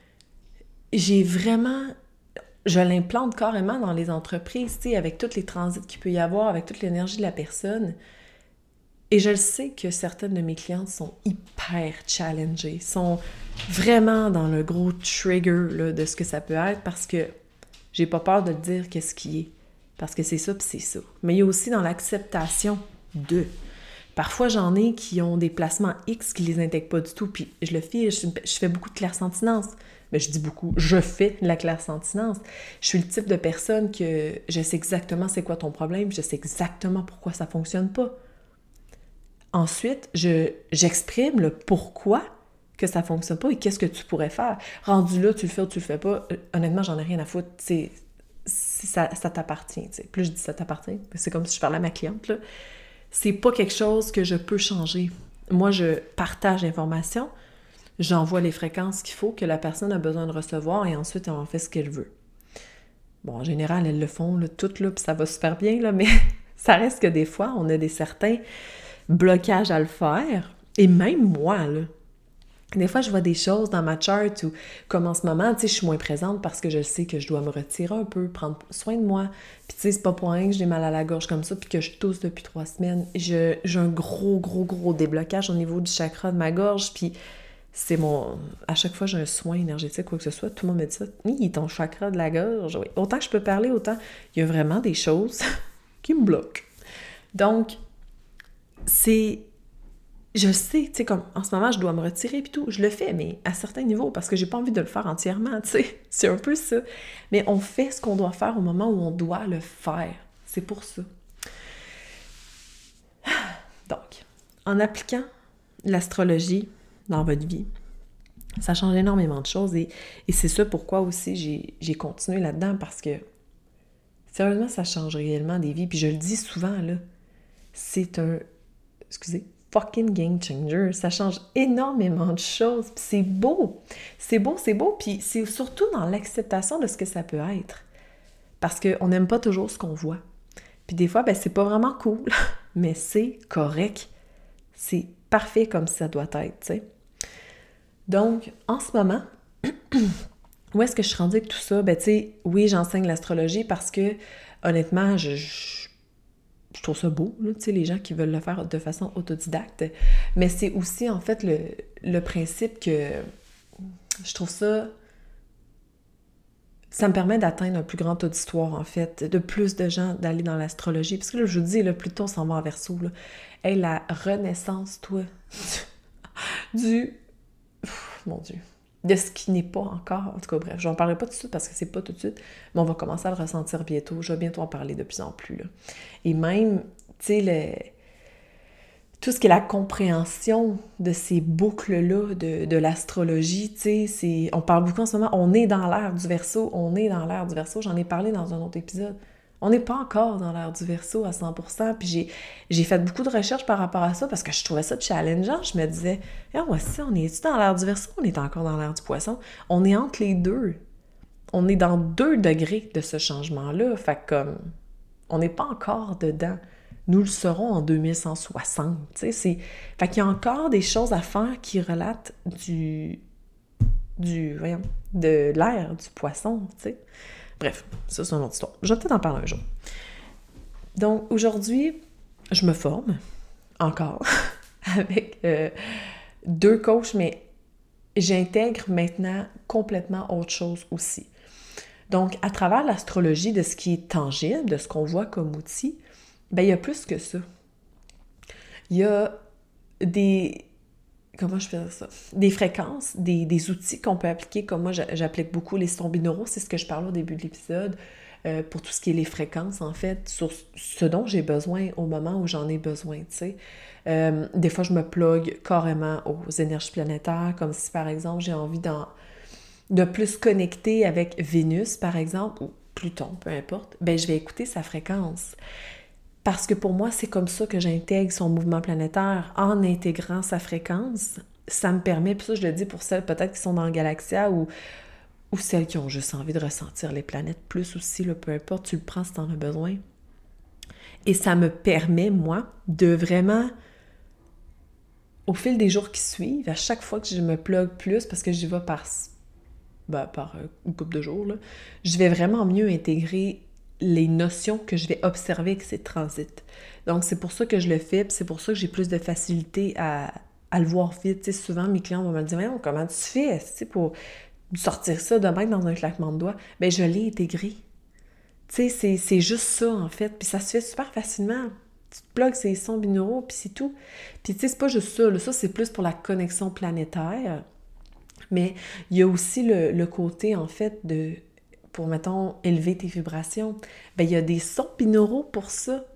je l'implante carrément dans les entreprises, tu sais, avec tous les transits qu'il peut y avoir, avec toute l'énergie de la personne. Et je le sais que certaines de mes clientes sont hyper challengées, sont vraiment dans le gros trigger là, de ce que ça peut être parce que j'ai pas peur de dire qu'est-ce qui est. Parce que c'est ça puis c'est ça. Mais il y a aussi dans l'acceptation de. Parfois, j'en ai qui ont des placements X qui les intègrent pas du tout. Puis je le fais, je fais beaucoup de clairsentinence. Mais je dis beaucoup, je fais de la clairsentinence. Je suis le type de personne que je sais exactement c'est quoi ton problème, je sais exactement pourquoi ça fonctionne pas. ensuite, j'exprime le pourquoi que ça fonctionne pas et qu'est-ce que tu pourrais faire. Rendu là, tu le fais ou tu le fais pas, honnêtement, j'en ai rien à foutre. Ça t'appartient. T'sais. Plus je dis ça t'appartient, c'est comme si je parlais à ma cliente, là. C'est pas quelque chose que je peux changer. Moi, je partage l'information, j'envoie les fréquences qu'il faut, que la personne a besoin de recevoir, et ensuite, elle en fait ce qu'elle veut. Bon, en général, elles le font, là, toutes, là, puis ça va super bien, là, mais ça reste que des fois, on a des certains blocages à le faire, et même moi, là, des fois, je vois des choses dans ma chart où, comme en ce moment, tu sais, je suis moins présente parce que je sais que je dois me retirer un peu, prendre soin de moi. Puis tu sais, c'est pas pour rien que j'ai mal à la gorge comme ça puis que je tousse depuis 3 semaines. J'ai un gros déblocage au niveau du chakra de ma gorge. Puis c'est mon... À chaque fois, j'ai un soin énergétique, quoi que ce soit, tout le monde me dit ça. Oui, ton chakra de la gorge, oui. Autant que je peux parler, autant il y a vraiment des choses qui me bloquent. Donc, c'est... Je sais, tu sais, comme en ce moment, je dois me retirer puis tout. Je le fais, mais à certains niveaux, parce que j'ai pas envie de le faire entièrement, tu sais. C'est un peu ça. Mais on fait ce qu'on doit faire au moment où on doit le faire. C'est pour ça. Donc, en appliquant l'astrologie dans votre vie, ça change énormément de choses et c'est ça pourquoi aussi j'ai continué là-dedans parce que, sérieusement, ça change réellement des vies. Puis je le dis souvent, là, c'est un... Excusez... fucking game changer. Ça change énormément de choses. Puis c'est beau. C'est beau. Puis c'est surtout dans l'acceptation de ce que ça peut être. Parce qu'on n'aime pas toujours ce qu'on voit. Puis des fois, ben c'est pas vraiment cool. Mais c'est correct. C'est parfait comme ça doit être, tu sais. Donc, en ce moment, où est-ce que je suis rendue avec tout ça? Ben tu sais, oui, j'enseigne l'astrologie parce que, honnêtement, je trouve ça beau, tu sais, les gens qui veulent le faire de façon autodidacte. Mais c'est aussi, en fait, le principe que je trouve ça... Ça me permet d'atteindre un plus grand auditoire, en fait, de plus de gens d'aller dans l'astrologie. Parce que là, je vous dis, là, plus tôt on s'en va en Verseau, là. Hey, la renaissance, toi, du... mon Dieu. De ce qui n'est pas encore. En tout cas, bref, je n'en parlerai pas tout de suite parce que c'est pas tout de suite, mais on va commencer à le ressentir bientôt. Je vais bientôt en parler de plus en plus, là. Et même, tu sais, tout ce qui est la compréhension de ces boucles-là de l'astrologie, tu sais, on parle beaucoup en ce moment, on est dans l'ère du Verseau, j'en ai parlé dans un autre épisode. On n'est pas encore dans l'ère du Verseau à 100%, puis j'ai fait beaucoup de recherches par rapport à ça parce que je trouvais ça challengeant. Je me disais, ah, voici, on est-tu dans l'ère du Verseau, on est encore dans l'ère du Poisson? On est entre les deux. On est dans 2 degrés de ce changement-là, fait que comme, on n'est pas encore dedans. Nous le serons en 2160, tu sais, fait qu'il y a encore des choses à faire qui relatent de l'ère du Poisson, tu sais. Bref, ça c'est une autre histoire. Je vais peut-être en parler un jour. Donc aujourd'hui, je me forme, encore, avec 2 coachs, mais j'intègre maintenant complètement autre chose aussi. Donc, à travers l'astrologie, de ce qui est tangible, de ce qu'on voit comme outil, ben il y a plus que ça. Il y a des... Comment je fais ça? Des fréquences, des outils qu'on peut appliquer, comme moi j'applique beaucoup les sons binauraux, c'est ce que je parlais au début de l'épisode, pour tout ce qui est les fréquences, en fait, sur ce dont j'ai besoin au moment où j'en ai besoin, tu sais. Des fois, je me plug carrément aux énergies planétaires, comme si, par exemple, j'ai envie de plus connecter avec Vénus, par exemple, ou Pluton, peu importe, ben je vais écouter sa fréquence. Parce que pour moi, c'est comme ça que j'intègre son mouvement planétaire. En intégrant sa fréquence, ça me permet, puis ça je le dis pour celles peut-être qui sont dans le Galaxia ou celles qui ont juste envie de ressentir les planètes plus aussi, là, peu importe, tu le prends si tu en as besoin. Et ça me permet, moi, de vraiment, au fil des jours qui suivent, à chaque fois que je me plug plus, parce que j'y vais par une couple de jours, là, je vais vraiment mieux intégrer les notions que je vais observer avec ces transits. Donc, c'est pour ça que je le fais, puis c'est pour ça que j'ai plus de facilité à le voir vite. Tu sais, souvent, mes clients vont me dire « Comment tu fais pour sortir ça de même dans un claquement de doigts? » Bien, je l'ai intégré. Tu sais, c'est juste ça, en fait. Puis ça se fait super facilement. Tu te plugues ces sons binauraux, puis c'est tout. Puis tu sais, c'est pas juste ça. Là. Ça, c'est plus pour la connexion planétaire. Mais il y a aussi le côté, en fait, pour, mettons, élever tes vibrations. Bien, il y a des sons binauraux pour ça.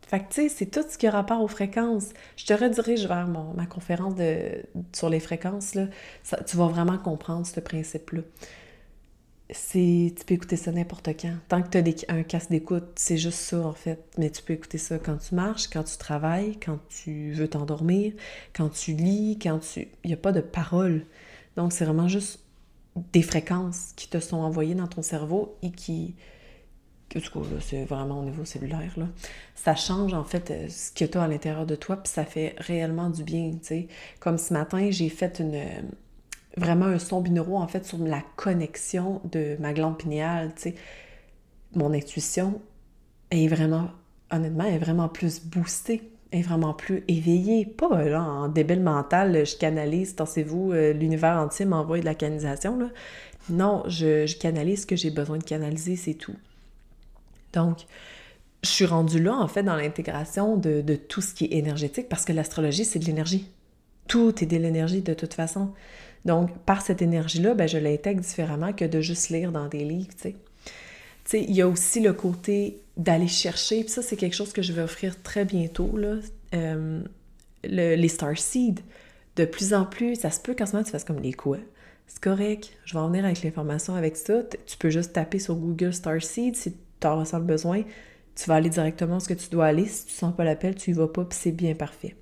Fait que, tu sais, c'est tout ce qui a rapport aux fréquences. Je te redirige vers ma conférence sur les fréquences, là. Tu vas vraiment comprendre ce principe-là. Tu peux écouter ça n'importe quand. Tant que tu as un casque d'écoute, c'est juste ça, en fait. Mais tu peux écouter ça quand tu marches, quand tu travailles, quand tu veux t'endormir, quand tu lis, il n'y a pas de paroles. Donc, c'est vraiment juste des fréquences qui te sont envoyées dans ton cerveau et du coup, là, c'est vraiment au niveau cellulaire, là. Ça change, en fait, ce que tu as à l'intérieur de toi, puis ça fait réellement du bien, tu sais. Comme ce matin, j'ai fait vraiment un son binaural, en fait, sur la connexion de ma glande pinéale, tu sais. Mon intuition est vraiment, honnêtement, est vraiment plus boostée, est vraiment plus éveillée. Pas, là, en débile mental, je canalise, pensez-vous, l'univers entier m'envoie de la canalisation, là. Non, je canalise ce que j'ai besoin de canaliser, c'est tout. Donc, je suis rendue là, en fait, dans l'intégration de tout ce qui est énergétique, parce que l'astrologie, c'est de l'énergie. Tout est de l'énergie, de toute façon. Donc, par cette énergie-là, ben, je l'intègre différemment que de juste lire dans des livres, tu sais. Tu sais, il y a aussi le côté d'aller chercher, puis ça, c'est quelque chose que je vais offrir très bientôt, là, les starseeds. De plus en plus, ça se peut qu'en ce moment, tu fasses comme les quoi? C'est correct, je vais en venir avec l'information avec ça. Tu peux juste taper sur Google Starseed si tu en ressens le besoin. Tu vas aller directement où ce que tu dois aller. Si tu sens pas l'appel, tu y vas pas, puis c'est bien parfait.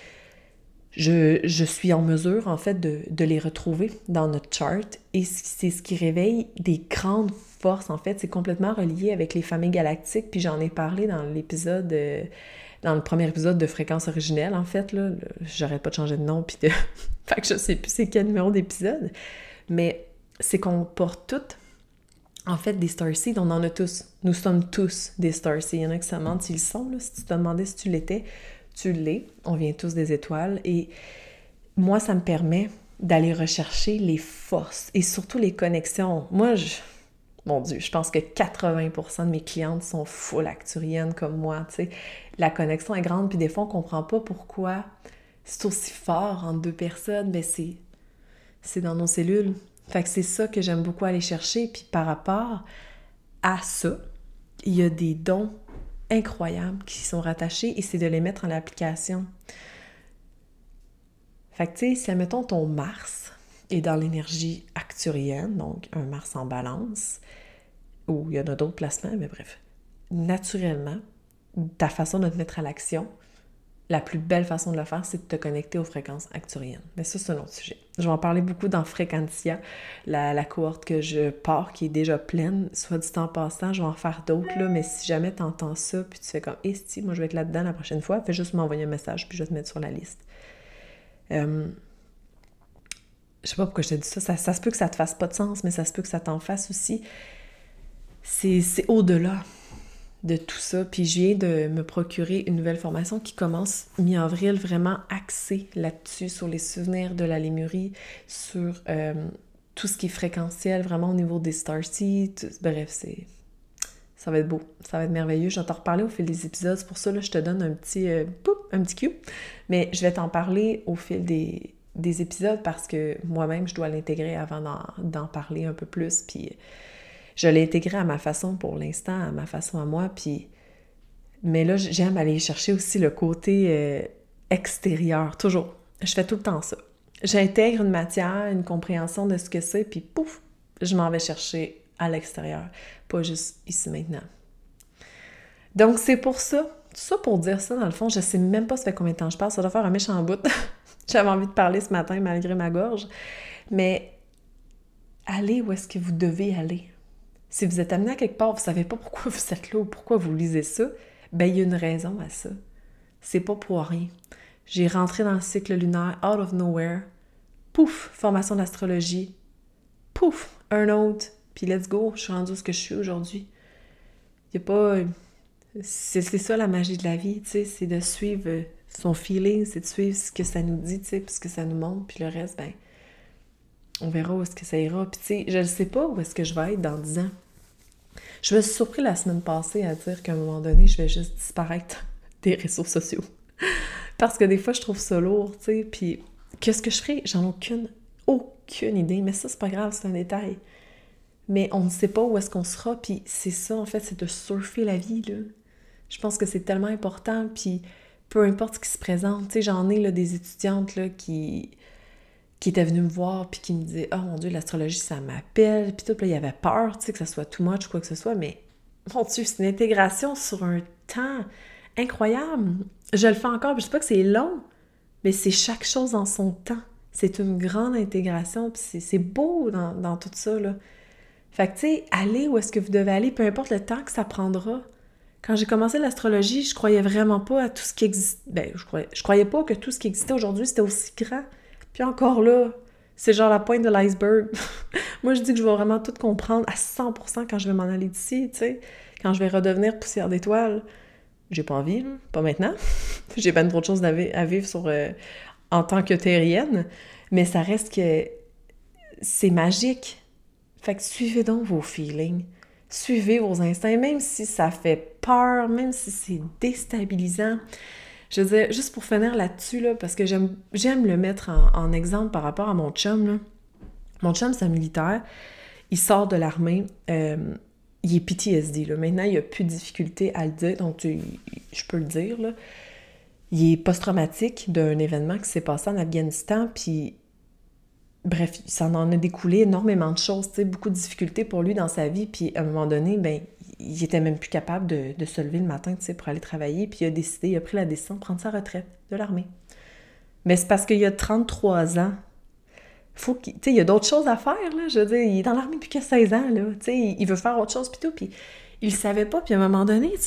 Je suis en mesure, en fait, de les retrouver dans notre chart et c'est ce qui réveille des grandes forces, en fait. C'est complètement relié avec les familles galactiques, puis j'en ai parlé dans dans le premier épisode de Fréquence originelle, en fait, là. J'arrête pas de changer de nom, puis de... fait que je sais plus c'est quel numéro d'épisode, mais c'est qu'on porte toutes, en fait, des starseeds, on en a tous. Nous sommes tous des starseeds. Il y en a qui se demandent s'ils sont, là. Si tu te demandais si tu l'étais, tu l'es. On vient tous des étoiles. Et moi, ça me permet d'aller rechercher les forces et surtout les connexions. Moi, mon Dieu, je pense que 80% de mes clientes sont full acturiennes comme moi, tu sais. La connexion est grande, puis des fois, on comprend pas pourquoi c'est aussi fort entre deux personnes. Mais c'est dans nos cellules. Fait que c'est ça que j'aime beaucoup aller chercher. Puis par rapport à ça, il y a des dons incroyables qui sont rattachés et c'est de les mettre en application. Fait que tu sais, si admettons ton Mars est dans l'énergie acturienne, donc un Mars en balance, ou il y en a d'autres placements, mais bref, naturellement, ta façon de te mettre à l'action, la plus belle façon de le faire, c'est de te connecter aux fréquences acturiennes. Mais ça, c'est un autre sujet. Je vais en parler beaucoup dans Fréquentia, la cohorte que je pars, qui est déjà pleine. Soit du temps passant, je vais en faire d'autres, là, mais si jamais tu entends ça, puis tu fais comme « Esti, moi je vais être là-dedans la prochaine fois », fais juste m'envoyer un message, puis je vais te mettre sur la liste. Je sais pas pourquoi je te dis ça. Ça se peut que ça te fasse pas de sens, mais ça se peut que ça t'en fasse aussi. C'est au-delà de tout ça. Puis je viens de me procurer une nouvelle formation qui commence mi-avril, vraiment axée là-dessus, sur les souvenirs de la lémurie, sur tout ce qui est fréquentiel, vraiment au niveau des starseeds. Bref, ça va être beau, ça va être merveilleux. Je vais t'en reparler au fil des épisodes. C'est pour ça, là, je te donne un petit cue. Mais je vais t'en parler au fil des épisodes parce que moi-même, je dois l'intégrer avant d'en parler un peu plus. Puis je l'ai intégré à ma façon pour l'instant, à ma façon à moi. Mais là, j'aime aller chercher aussi le côté extérieur, toujours. Je fais tout le temps ça. J'intègre une matière, une compréhension de ce que c'est, puis pouf, je m'en vais chercher à l'extérieur, pas juste ici maintenant. Donc c'est pour ça, tout ça pour dire ça, dans le fond, je sais même pas ça fait combien de temps je parle, ça doit faire un méchant bout. J'avais envie de parler ce matin malgré ma gorge, mais allez où est-ce que vous devez aller. Si vous êtes amené à quelque part, vous savez pas pourquoi vous êtes là ou pourquoi vous lisez ça, ben il y a une raison à ça. C'est pas pour rien. J'ai rentré dans le cycle lunaire, out of nowhere, pouf, formation d'astrologie, pouf, un autre, puis let's go, je suis rendue où ce que je suis aujourd'hui. Il y a pas... C'est ça la magie de la vie, tu sais, c'est de suivre son feeling, c'est de suivre ce que ça nous dit, tu sais, puis ce que ça nous montre, puis le reste, ben, on verra où est-ce que ça ira. Puis tu sais, je ne sais pas où est-ce que je vais être dans 10 ans. Je me suis surpris la semaine passée à dire qu'à un moment donné, je vais juste disparaître des réseaux sociaux. Parce que des fois, je trouve ça lourd, tu sais, puis qu'est-ce que je ferai? J'en ai aucune idée, mais ça, c'est pas grave, c'est un détail. Mais on ne sait pas où est-ce qu'on sera, puis c'est ça, en fait, c'est de surfer la vie, là. Je pense que c'est tellement important, puis peu importe ce qui se présente. Tu sais, j'en ai là, des étudiantes là, qui étaient venues me voir, puis qui me disaient « Oh mon Dieu, l'astrologie, ça m'appelle. » Puis tout, puis là, il y avait peur, tu sais, que ça soit too much ou quoi que ce soit, mais mon Dieu, c'est une intégration sur un temps incroyable. Je le fais encore, puis je sais pas que c'est long, mais c'est chaque chose en son temps. C'est une grande intégration, puis c'est beau dans tout ça, là. Fait que, tu sais, allez où est-ce que vous devez aller, peu importe le temps que ça prendra. Quand j'ai commencé l'astrologie, je croyais vraiment pas à tout ce qui existe. Ben, je croyais pas que tout ce qui existait aujourd'hui, c'était aussi grand. Puis encore là, c'est genre la pointe de l'iceberg. Moi, je dis que je vais vraiment tout comprendre à 100% quand je vais m'en aller d'ici, tu sais. Quand je vais redevenir poussière d'étoiles. J'ai pas envie, là. Pas maintenant. J'ai bien trop de choses à vivre en tant que terrienne. Mais ça reste que c'est magique. Fait que suivez donc vos feelings. Suivez vos instincts, même si ça fait peur, même si c'est déstabilisant. Je veux dire, juste pour finir là-dessus, là, parce que j'aime le mettre en exemple par rapport à mon chum, là. Mon chum, c'est un militaire. Il sort de l'armée. Il est PTSD, là. Maintenant, il n'y a plus de difficulté à le dire, donc je peux le dire, là. Il est post-traumatique d'un événement qui s'est passé en Afghanistan, puis bref, ça en a découlé énormément de choses, tu sais, beaucoup de difficultés pour lui dans sa vie, puis à un moment donné, ben il était même plus capable de se lever le matin, tu sais, pour aller travailler, puis il a pris la décision de prendre sa retraite de l'armée. Mais c'est parce qu'il y a 33 ans, tu sais, il y a d'autres choses à faire, là, je veux dire, il est dans l'armée depuis que 16 ans, là, tu sais, il veut faire autre chose, puis tout, puis il le savait pas, puis à un moment donné, tu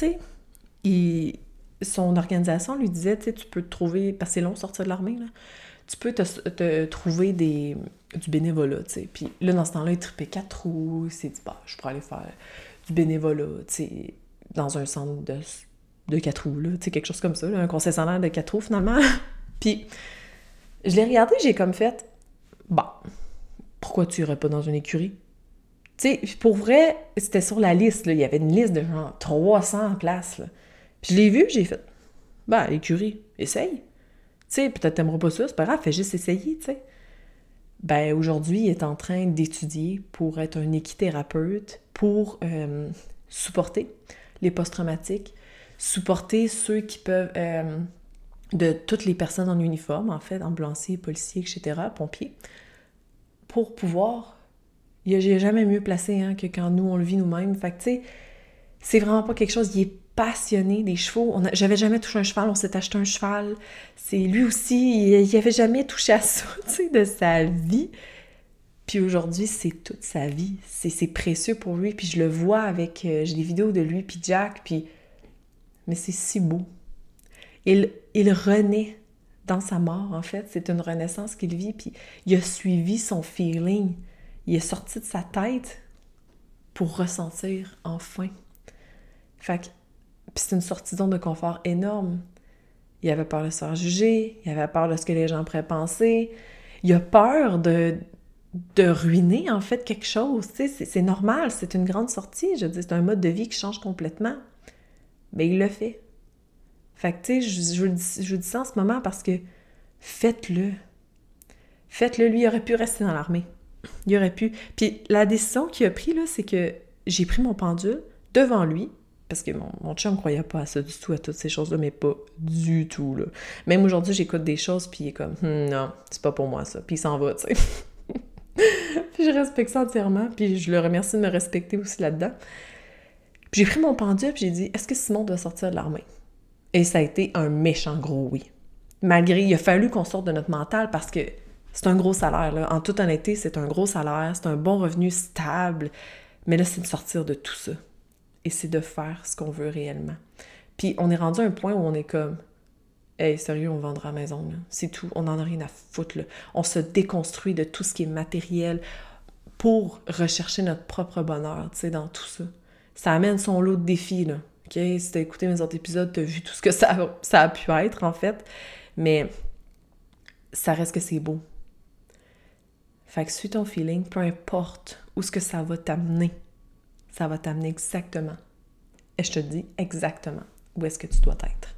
sais, son organisation lui disait, tu sais, tu peux te trouver, parce que c'est long de sortir de l'armée, là, tu peux te trouver du bénévolat, tu sais. Puis là, dans ce temps-là, il tripait 4 roues, il s'est dit, bah, je pourrais aller faire du bénévolat, tu sais, dans un centre de 4 roues, là, tu sais, quelque chose comme ça, là, un concessionnaire de 4 roues, finalement. Puis, je l'ai regardé, j'ai comme fait, bah, pourquoi tu irais pas dans une écurie? Tu sais, pour vrai, c'était sur la liste, là, il y avait une liste de genre 300 places, là. Puis je l'ai vu, j'ai fait, bah, écurie, essaye. Tu sais, peut-être t'aimeras pas ça, c'est pas grave, fais juste essayer, tu sais. Ben, aujourd'hui, il est en train d'étudier pour être un équithérapeute, pour supporter les post-traumatiques, supporter ceux qui peuvent, de toutes les personnes en uniforme, en fait, ambulanciers, policiers, etc., pompiers, pour pouvoir... J'ai jamais mieux placé hein, que quand nous, on le vit nous-mêmes. Fait que, tu sais, c'est vraiment pas quelque chose... Il est passionné des chevaux. J'avais jamais touché un cheval, on s'est acheté un cheval. C'est lui aussi, il avait jamais touché à ça, tu sais, de sa vie. Puis aujourd'hui, c'est toute sa vie. C'est précieux pour lui. Puis je le vois avec... j'ai des vidéos de lui puis Jack, puis... Mais c'est si beau. Il renaît dans sa mort, en fait. C'est une renaissance qu'il vit, puis il a suivi son feeling. Il est sorti de sa tête pour ressentir enfin. Fait que puis c'est une sortie de zone de confort énorme. Il avait peur de se faire juger, il avait peur de ce que les gens pourraient penser, il a peur de ruiner, en fait, quelque chose. Tu sais, c'est normal, c'est une grande sortie. Je veux dire, c'est un mode de vie qui change complètement. Mais il le fait. Fait que, tu sais, je vous dis ça en ce moment parce que faites-le. Faites-le. Lui, il aurait pu rester dans l'armée. Il aurait pu. Puis la décision qu'il a prise, là, c'est que j'ai pris mon pendule devant lui, parce que mon chum ne croyait pas à ça du tout, à toutes ces choses-là, mais pas du tout, là. Même aujourd'hui, j'écoute des choses, puis il est comme « non, c'est pas pour moi, ça. » Puis il s'en va, tu sais. Puis je respecte ça entièrement, puis je le remercie de me respecter aussi là-dedans. Puis j'ai pris mon pendule, puis j'ai dit « Est-ce que Simon doit sortir de l'armée? » Et ça a été un méchant gros oui. Malgré, il a fallu qu'on sorte de notre mental, parce que c'est un gros salaire, là. En toute honnêteté, c'est un gros salaire, c'est un bon revenu stable, mais là, c'est de sortir de tout ça. Et c'est de faire ce qu'on veut réellement. Puis on est rendu à un point où on est comme « Hey, sérieux, on vendra la maison, là. C'est tout, on n'en a rien à foutre, là. » On se déconstruit de tout ce qui est matériel pour rechercher notre propre bonheur, tu sais, dans tout ça. Ça amène son lot de défis, là. OK? Si t'as écouté mes autres épisodes, t'as vu tout ce que ça a pu être, en fait. Mais ça reste que c'est beau. Fait que suis ton feeling, peu importe où ce que ça va t'amener. Ça va t'amener exactement. Et je te dis exactement où est-ce que tu dois être.